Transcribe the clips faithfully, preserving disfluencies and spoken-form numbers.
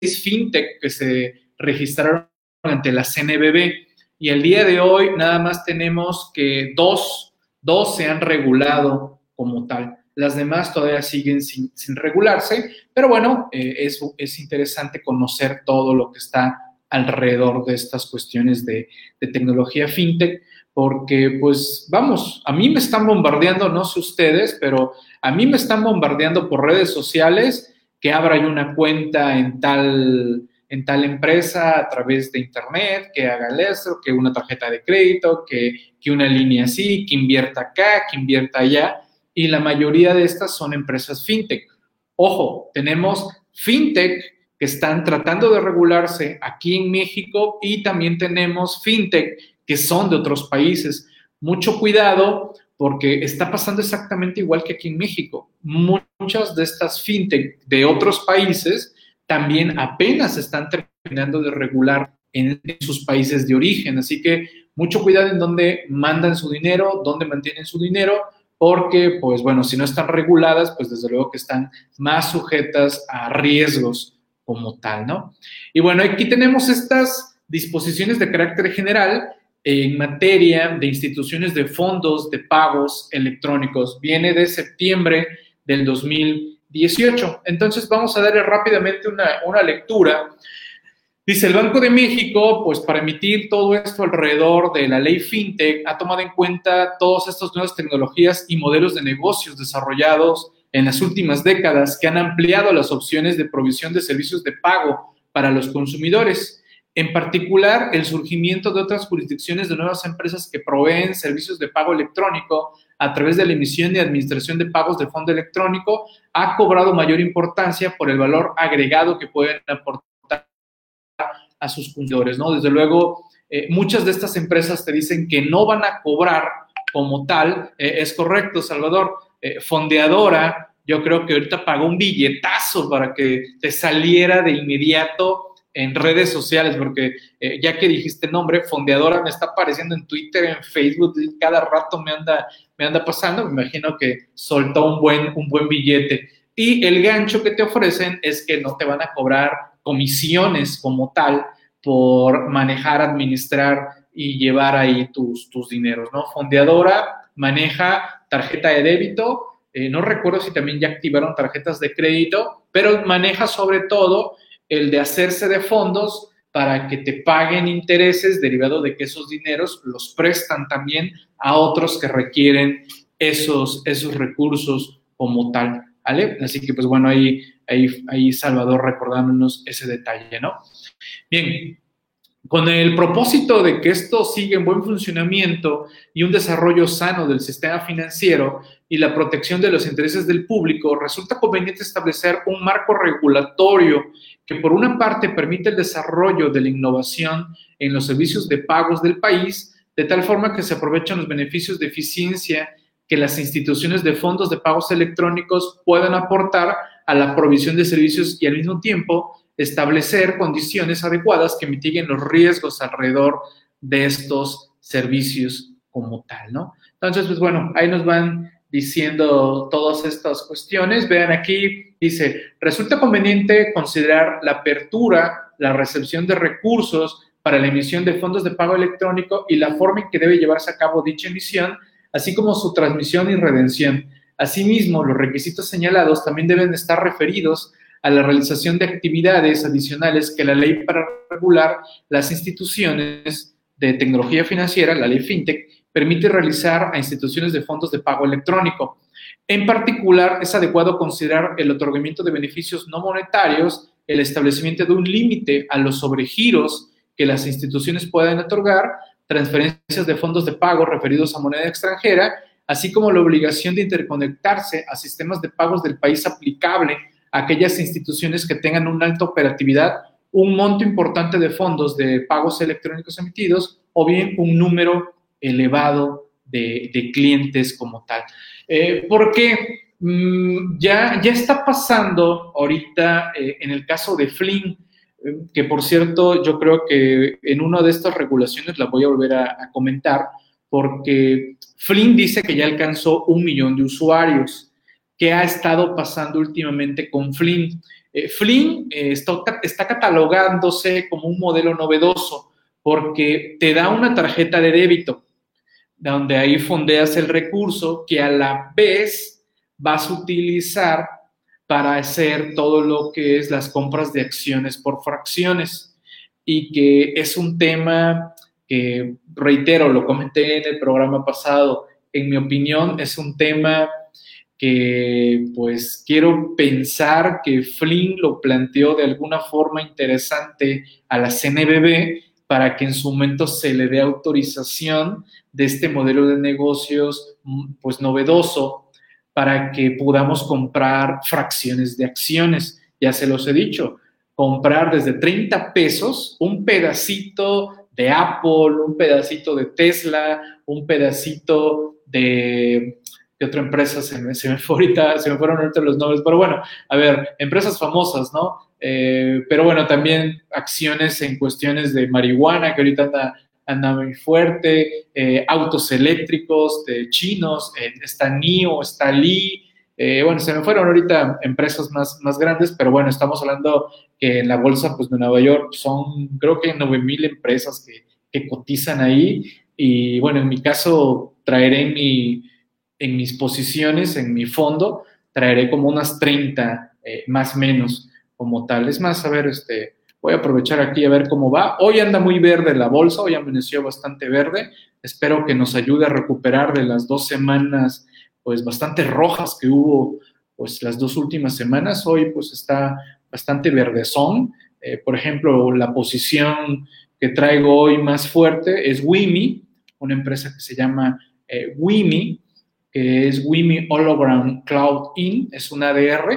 fintech que se registraron ante la C N B B y el día de hoy nada más tenemos que dos, dos se han regulado como tal. Las demás todavía siguen sin, sin regularse, pero bueno, eh, es, es interesante conocer todo lo que está alrededor de estas cuestiones de, de tecnología fintech, porque pues vamos, a mí me están bombardeando, no sé ustedes, pero a mí me están bombardeando por redes sociales que abra yo una cuenta en tal, en tal empresa a través de internet, que haga esto, que una tarjeta de crédito, que, que una línea así, que invierta acá, que invierta allá, y la mayoría de estas son empresas fintech. Ojo, tenemos fintech que están tratando de regularse aquí en México y también tenemos fintech que son de otros países. Mucho cuidado porque está pasando exactamente igual que aquí en México. Muchas de estas fintech de otros países también apenas están terminando de regular en, en sus países de origen. Así que mucho cuidado en dónde mandan su dinero, dónde mantienen su dinero, porque, pues bueno, si no están reguladas, pues desde luego que están más sujetas a riesgos como tal, ¿no? Y bueno, aquí tenemos estas disposiciones de carácter general en materia de instituciones de fondos de pagos electrónicos. Viene de septiembre del dos mil dieciocho. Entonces vamos a darle rápidamente una, una lectura. Dice, el Banco de México, pues para emitir todo esto alrededor de la ley FinTech, ha tomado en cuenta todas estas nuevas tecnologías y modelos de negocios desarrollados en las últimas décadas que han ampliado las opciones de provisión de servicios de pago para los consumidores. En particular, el surgimiento de otras jurisdicciones de nuevas empresas que proveen servicios de pago electrónico a través de la emisión y administración de pagos de fondo electrónico ha cobrado mayor importancia por el valor agregado que pueden aportar a sus consumidores, ¿no? Desde luego, eh, muchas de estas empresas te dicen que no van a cobrar como tal. Eh, es correcto, Salvador. Eh, Fondeadora, yo creo que ahorita pagó un billetazo para que te saliera de inmediato en redes sociales, porque eh, ya que dijiste nombre, Fondeadora me está apareciendo en Twitter, en Facebook, cada rato me anda, me anda pasando. Me imagino que soltó un buen, un buen billete. Y el gancho que te ofrecen es que no te van a cobrar comisiones como tal por manejar, administrar y llevar ahí tus, tus dineros, ¿no? Fondeadora maneja tarjeta de débito, eh, no recuerdo si también ya activaron tarjetas de crédito, pero maneja sobre todo el de hacerse de fondos para que te paguen intereses derivado de que esos dineros los prestan también a otros que requieren esos, esos recursos como tal, ¿vale? Así que, pues bueno, ahí, ahí, ahí Salvador recordándonos ese detalle, ¿no? Bien, con el propósito de que esto siga en buen funcionamiento y un desarrollo sano del sistema financiero y la protección de los intereses del público, resulta conveniente establecer un marco regulatorio que por una parte permite el desarrollo de la innovación en los servicios de pagos del país, de tal forma que se aprovechan los beneficios de eficiencia que las instituciones de fondos de pagos electrónicos puedan aportar a la provisión de servicios y al mismo tiempo establecer condiciones adecuadas que mitiguen los riesgos alrededor de estos servicios como tal, ¿no? Entonces, pues bueno, ahí nos van diciendo todas estas cuestiones. Vean aquí, dice, resulta conveniente considerar la apertura, la recepción de recursos para la emisión de fondos de pago electrónico y la forma en que debe llevarse a cabo dicha emisión, así como su transmisión y redención. Asimismo, los requisitos señalados también deben estar referidos a la realización de actividades adicionales que la ley para regular las instituciones de tecnología financiera, la ley FinTech, permite realizar a instituciones de fondos de pago electrónico. En particular, es adecuado considerar el otorgamiento de beneficios no monetarios, el establecimiento de un límite a los sobregiros que las instituciones puedan otorgar, transferencias de fondos de pago referidos a moneda extranjera, así como la obligación de interconectarse a sistemas de pagos del país aplicable a aquellas instituciones que tengan una alta operatividad, un monto importante de fondos de pagos electrónicos emitidos o bien un número elevado de, de clientes como tal. Eh, porque mmm, ya, ya está pasando ahorita eh, en el caso de Flynn, eh, que por cierto yo creo que en una de estas regulaciones la voy a volver a, a comentar, porque Flynn dice que ya alcanzó un millón de usuarios. ¿Qué ha estado pasando últimamente con Flynn? Eh, Flynn eh, está, está catalogándose como un modelo novedoso porque te da una tarjeta de débito, donde ahí fondeas el recurso que a la vez vas a utilizar para hacer todo lo que es las compras de acciones por fracciones, y que es un tema que, reitero, lo comenté en el programa pasado, en mi opinión es un tema que pues quiero pensar que Flynn lo planteó de alguna forma interesante a la C N B B para que en su momento se le dé autorización de este modelo de negocios pues novedoso, para que podamos comprar fracciones de acciones. Ya se los he dicho, comprar desde treinta pesos un pedacito de Apple, un pedacito de Tesla, un pedacito de... ¿Qué otra empresa se me, se me fue ahorita? Se me fueron ahorita los nombres, pero bueno, a ver, empresas famosas, ¿no? Eh, pero bueno, también acciones en cuestiones de marihuana, que ahorita anda, anda muy fuerte, eh, autos eléctricos de chinos, eh, está N I O, está Li, eh, bueno, se me fueron ahorita empresas más, más grandes, pero bueno, estamos hablando que en la bolsa pues, de Nueva York son, creo que nueve mil empresas que, que cotizan ahí, y bueno, en mi caso traeré mi... en mis posiciones, en mi fondo, traeré como unas treinta, eh, más o menos, como tal. Es más, a ver, este, voy a aprovechar aquí a ver cómo va. Hoy anda muy verde la bolsa, hoy amaneció bastante verde. Espero que nos ayude a recuperar de las dos semanas, pues, bastante rojas que hubo, pues, las dos últimas semanas. Hoy, pues, está bastante verdezón. Eh, por ejemplo, la posición que traigo hoy más fuerte es Wimi, una empresa que se llama eh, Wimi, que es Wimi Hologram Cloud In, es una A D R,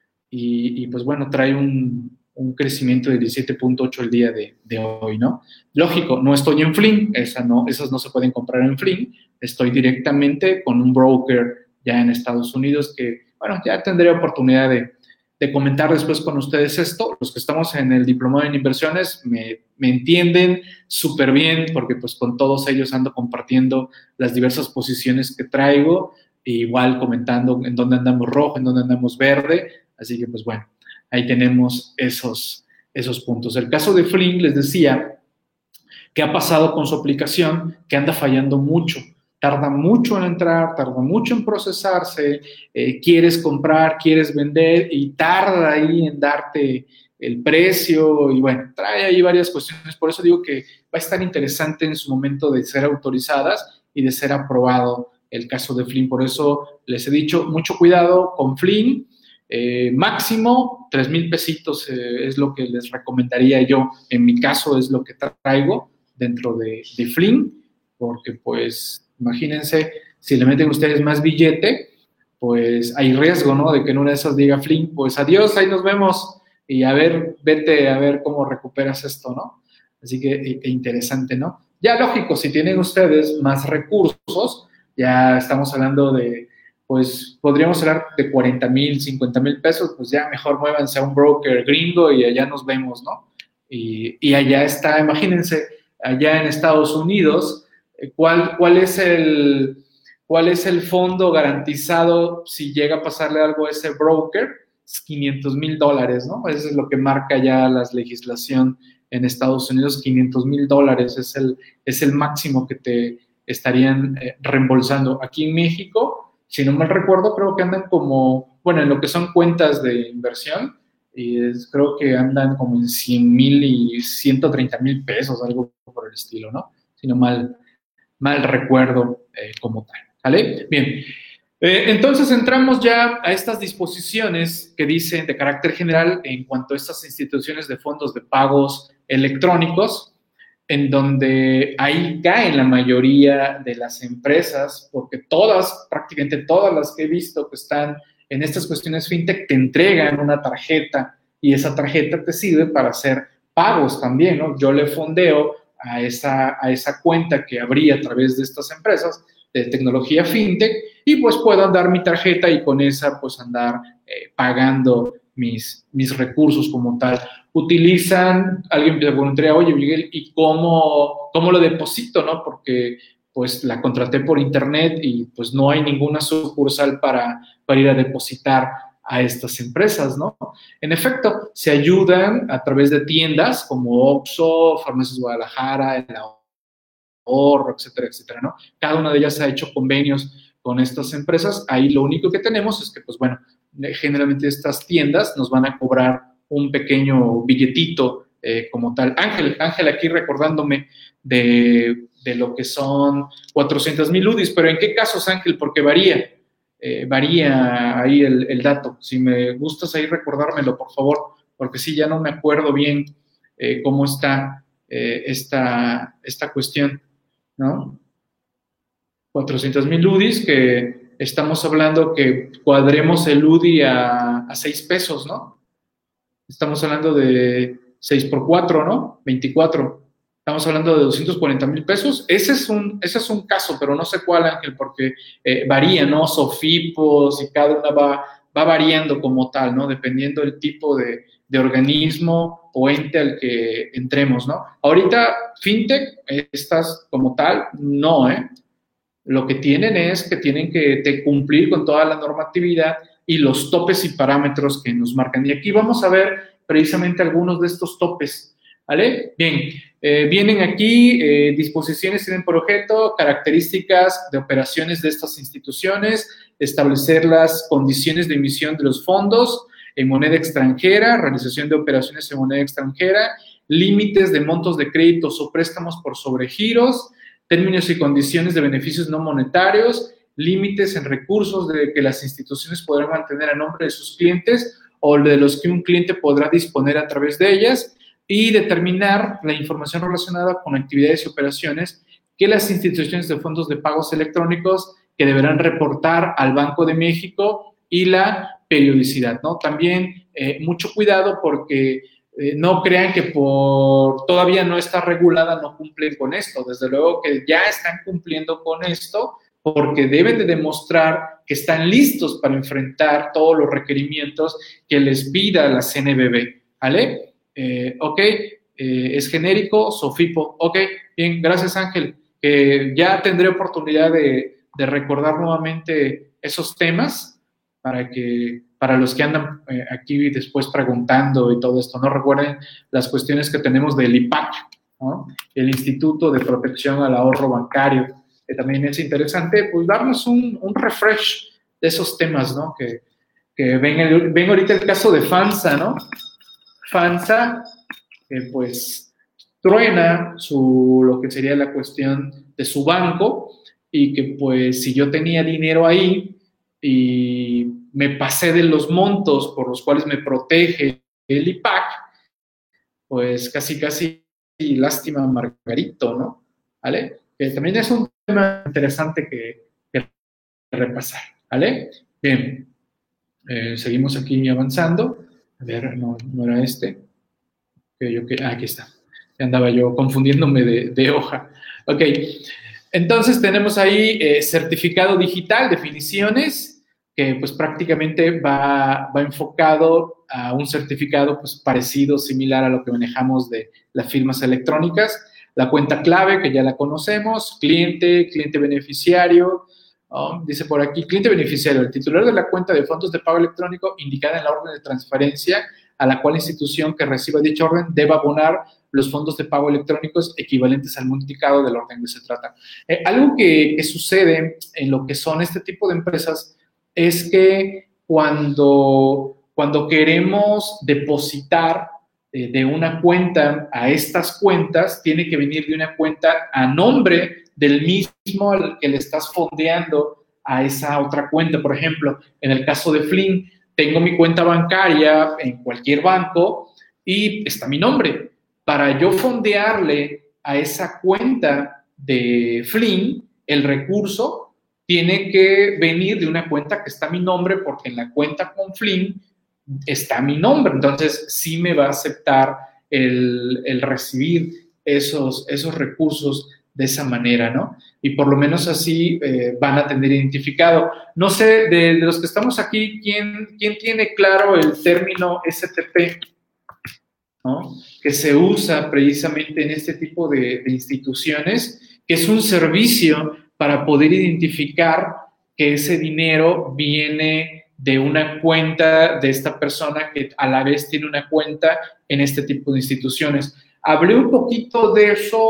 y, y pues bueno, trae un, un crecimiento de diecisiete punto ocho el día de, de hoy, ¿no? Lógico, no estoy en Flynn, esa no, esas no se pueden comprar en Flynn, estoy directamente con un broker ya en Estados Unidos que, bueno, ya tendré oportunidad de, de comentar después con ustedes esto. Los que estamos en el diplomado en inversiones me, me entienden súper bien, porque pues con todos ellos ando compartiendo las diversas posiciones que traigo, e igual comentando en dónde andamos rojo, en dónde andamos verde, así que pues bueno, ahí tenemos esos, esos puntos. El caso de Flynn, les decía, ¿qué ha pasado con su aplicación? Que anda fallando mucho. Tarda mucho en entrar, tarda mucho en procesarse, eh, quieres comprar, quieres vender y tarda ahí en darte el precio, y bueno, trae ahí varias cuestiones. Por eso digo que va a estar interesante en su momento de ser autorizadas y de ser aprobado el caso de Flynn. Por eso les he dicho, mucho cuidado con Flynn. Eh, máximo tres mil pesitos eh, es lo que les recomendaría yo. En mi caso es lo que traigo dentro de, de Flynn, porque pues imagínense, si le meten ustedes más billete, pues hay riesgo, ¿no? De que en una de esas diga Flynn, pues adiós, ahí nos vemos, y a ver, vete a ver cómo recuperas esto, ¿no? Así que e, e interesante, ¿no? Ya lógico, si tienen ustedes más recursos, ya estamos hablando de, pues podríamos hablar de cuarenta mil, cincuenta mil pesos, pues ya mejor muévanse a un broker gringo y allá nos vemos, ¿no? Y, y allá está, imagínense, allá en Estados Unidos, ¿Cuál, cuál, es el, ¿Cuál es el fondo garantizado si llega a pasarle algo a ese broker? Es quinientos mil dólares, ¿no? Eso es lo que marca ya la legislación en Estados Unidos. quinientos mil dólares es el, es el máximo que te estarían eh, reembolsando. Aquí en México, si no mal recuerdo, creo que andan como, bueno, en lo que son cuentas de inversión, y es, creo que andan como en cien mil y ciento treinta mil pesos, algo por el estilo, ¿no? Si no mal mal recuerdo eh, como tal, ¿vale? Bien, eh, entonces entramos ya a estas disposiciones que dicen de carácter general en cuanto a estas instituciones de fondos de pagos electrónicos, en donde ahí caen la mayoría de las empresas, porque todas, prácticamente todas las que he visto que están en estas cuestiones fintech, te entregan una tarjeta, y esa tarjeta te sirve para hacer pagos también, ¿no? Yo le fondeo A esa, a esa cuenta que abrí a través de estas empresas de tecnología fintech, y pues puedo andar mi tarjeta y con esa pues andar eh, pagando mis, mis recursos como tal. Utilizan, alguien me preguntaría, oye Miguel, ¿y cómo, cómo lo deposito, no? Porque pues la contraté por internet y pues no hay ninguna sucursal para, para ir a depositar a estas empresas, ¿no? En efecto, se ayudan a través de tiendas como Oxxo, Farmacias Guadalajara, El Ahorro, etcétera, etcétera, ¿no? Cada una de ellas ha hecho convenios con estas empresas. Ahí lo único que tenemos es que, pues bueno, generalmente estas tiendas nos van a cobrar un pequeño billetito eh, como tal. Ángel, Ángel aquí recordándome de, de lo que son cuatrocientos mil U D Is, pero ¿en qué casos, Ángel? Porque varía. Eh, varía ahí el, el dato. Si me gustas ahí recordármelo, por favor, porque sí, ya no me acuerdo bien eh, cómo está eh, esta, esta cuestión, ¿no? cuatrocientos mil U D Is, que estamos hablando que cuadremos el U D I a, a seis pesos, ¿no? Estamos hablando de seis por cuatro, ¿no? veinticuatro. Estamos hablando de doscientos cuarenta mil pesos. Ese es, un, ese es un caso, pero no sé cuál, Ángel, porque eh, varía, ¿no? Sofipos y cada una va, va variando como tal, ¿no? Dependiendo del tipo de, de organismo o ente al que entremos, ¿no? Ahorita, fintech, estas como tal, no, ¿eh? Lo que tienen es que tienen que te, cumplir con toda la normatividad y los topes y parámetros que nos marcan. Y aquí vamos a ver precisamente algunos de estos topes, ¿vale? Bien, eh, vienen aquí eh, disposiciones, tienen por objeto características de operaciones de estas instituciones, establecer las condiciones de emisión de los fondos en moneda extranjera, realización de operaciones en moneda extranjera, límites de montos de créditos o préstamos por sobregiros, términos y condiciones de beneficios no monetarios, límites en recursos de que las instituciones podrán mantener a nombre de sus clientes o de los que un cliente podrá disponer a través de ellas, y determinar la información relacionada con actividades y operaciones que las instituciones de fondos de pagos electrónicos que deberán reportar al Banco de México y la periodicidad, ¿no? También eh, mucho cuidado porque Eh, no crean que por todavía no está regulada, no cumplen con esto. Desde luego que ya están cumpliendo con esto porque deben de demostrar que están listos para enfrentar todos los requerimientos que les pida la C N B B, ¿vale? Eh, ok, eh, es genérico, Sofipo. Ok, bien, gracias, Ángel. Eh, ya tendré oportunidad de, de recordar nuevamente esos temas para que para los que andan eh, aquí después preguntando y todo esto, no recuerden las cuestiones que tenemos del I P A C, ¿no? El Instituto de Protección al Ahorro Bancario, que también es interesante, pues darnos un, un refresh de esos temas, ¿no? Que, que ven, el, ven ahorita el caso de FANSA, ¿no? FANSA, que pues truena su, lo que sería la cuestión de su banco y que pues si yo tenía dinero ahí y me pasé de los montos por los cuales me protege el I P A C, pues casi, casi lástima Margarito, ¿no? ¿Vale? Que también es un tema interesante que, que repasar, ¿vale? Bien, eh, seguimos aquí avanzando. A ver, no, no era este. Okay, okay. Ah, aquí está. Andaba yo confundiéndome de, de hoja. Ok, entonces tenemos ahí eh, certificado digital, definiciones, que pues prácticamente va, va enfocado a un certificado pues parecido, similar a lo que manejamos de las firmas electrónicas. La cuenta clave, que ya la conocemos, cliente, cliente beneficiario, ¿no? Dice por aquí, cliente beneficiario, el titular de la cuenta de fondos de pago electrónico indicada en la orden de transferencia a la cual institución que reciba dicha orden deba abonar los fondos de pago electrónicos equivalentes al multiplicado del orden que se trata. Eh, algo que, que sucede en lo que son este tipo de empresas es que cuando, cuando queremos depositar eh, de una cuenta a estas cuentas, tiene que venir de una cuenta a nombre del mismo al que le estás fondeando a esa otra cuenta. Por ejemplo, en el caso de Flynn, tengo mi cuenta bancaria en cualquier banco y está mi nombre. Para yo fondearle a esa cuenta de Flynn, el recurso tiene que venir de una cuenta que está mi nombre, porque en la cuenta con Flynn está mi nombre. Entonces, sí me va a aceptar el, el recibir esos, esos recursos de esa manera, ¿no? Y por lo menos así eh, van a tener identificado. No sé, de, de los que estamos aquí, ¿quién, quién tiene claro el término S T P? ¿No? Que se usa precisamente en este tipo de, de instituciones, que es un servicio para poder identificar que ese dinero viene de una cuenta de esta persona que a la vez tiene una cuenta en este tipo de instituciones. Hablé un poquito de eso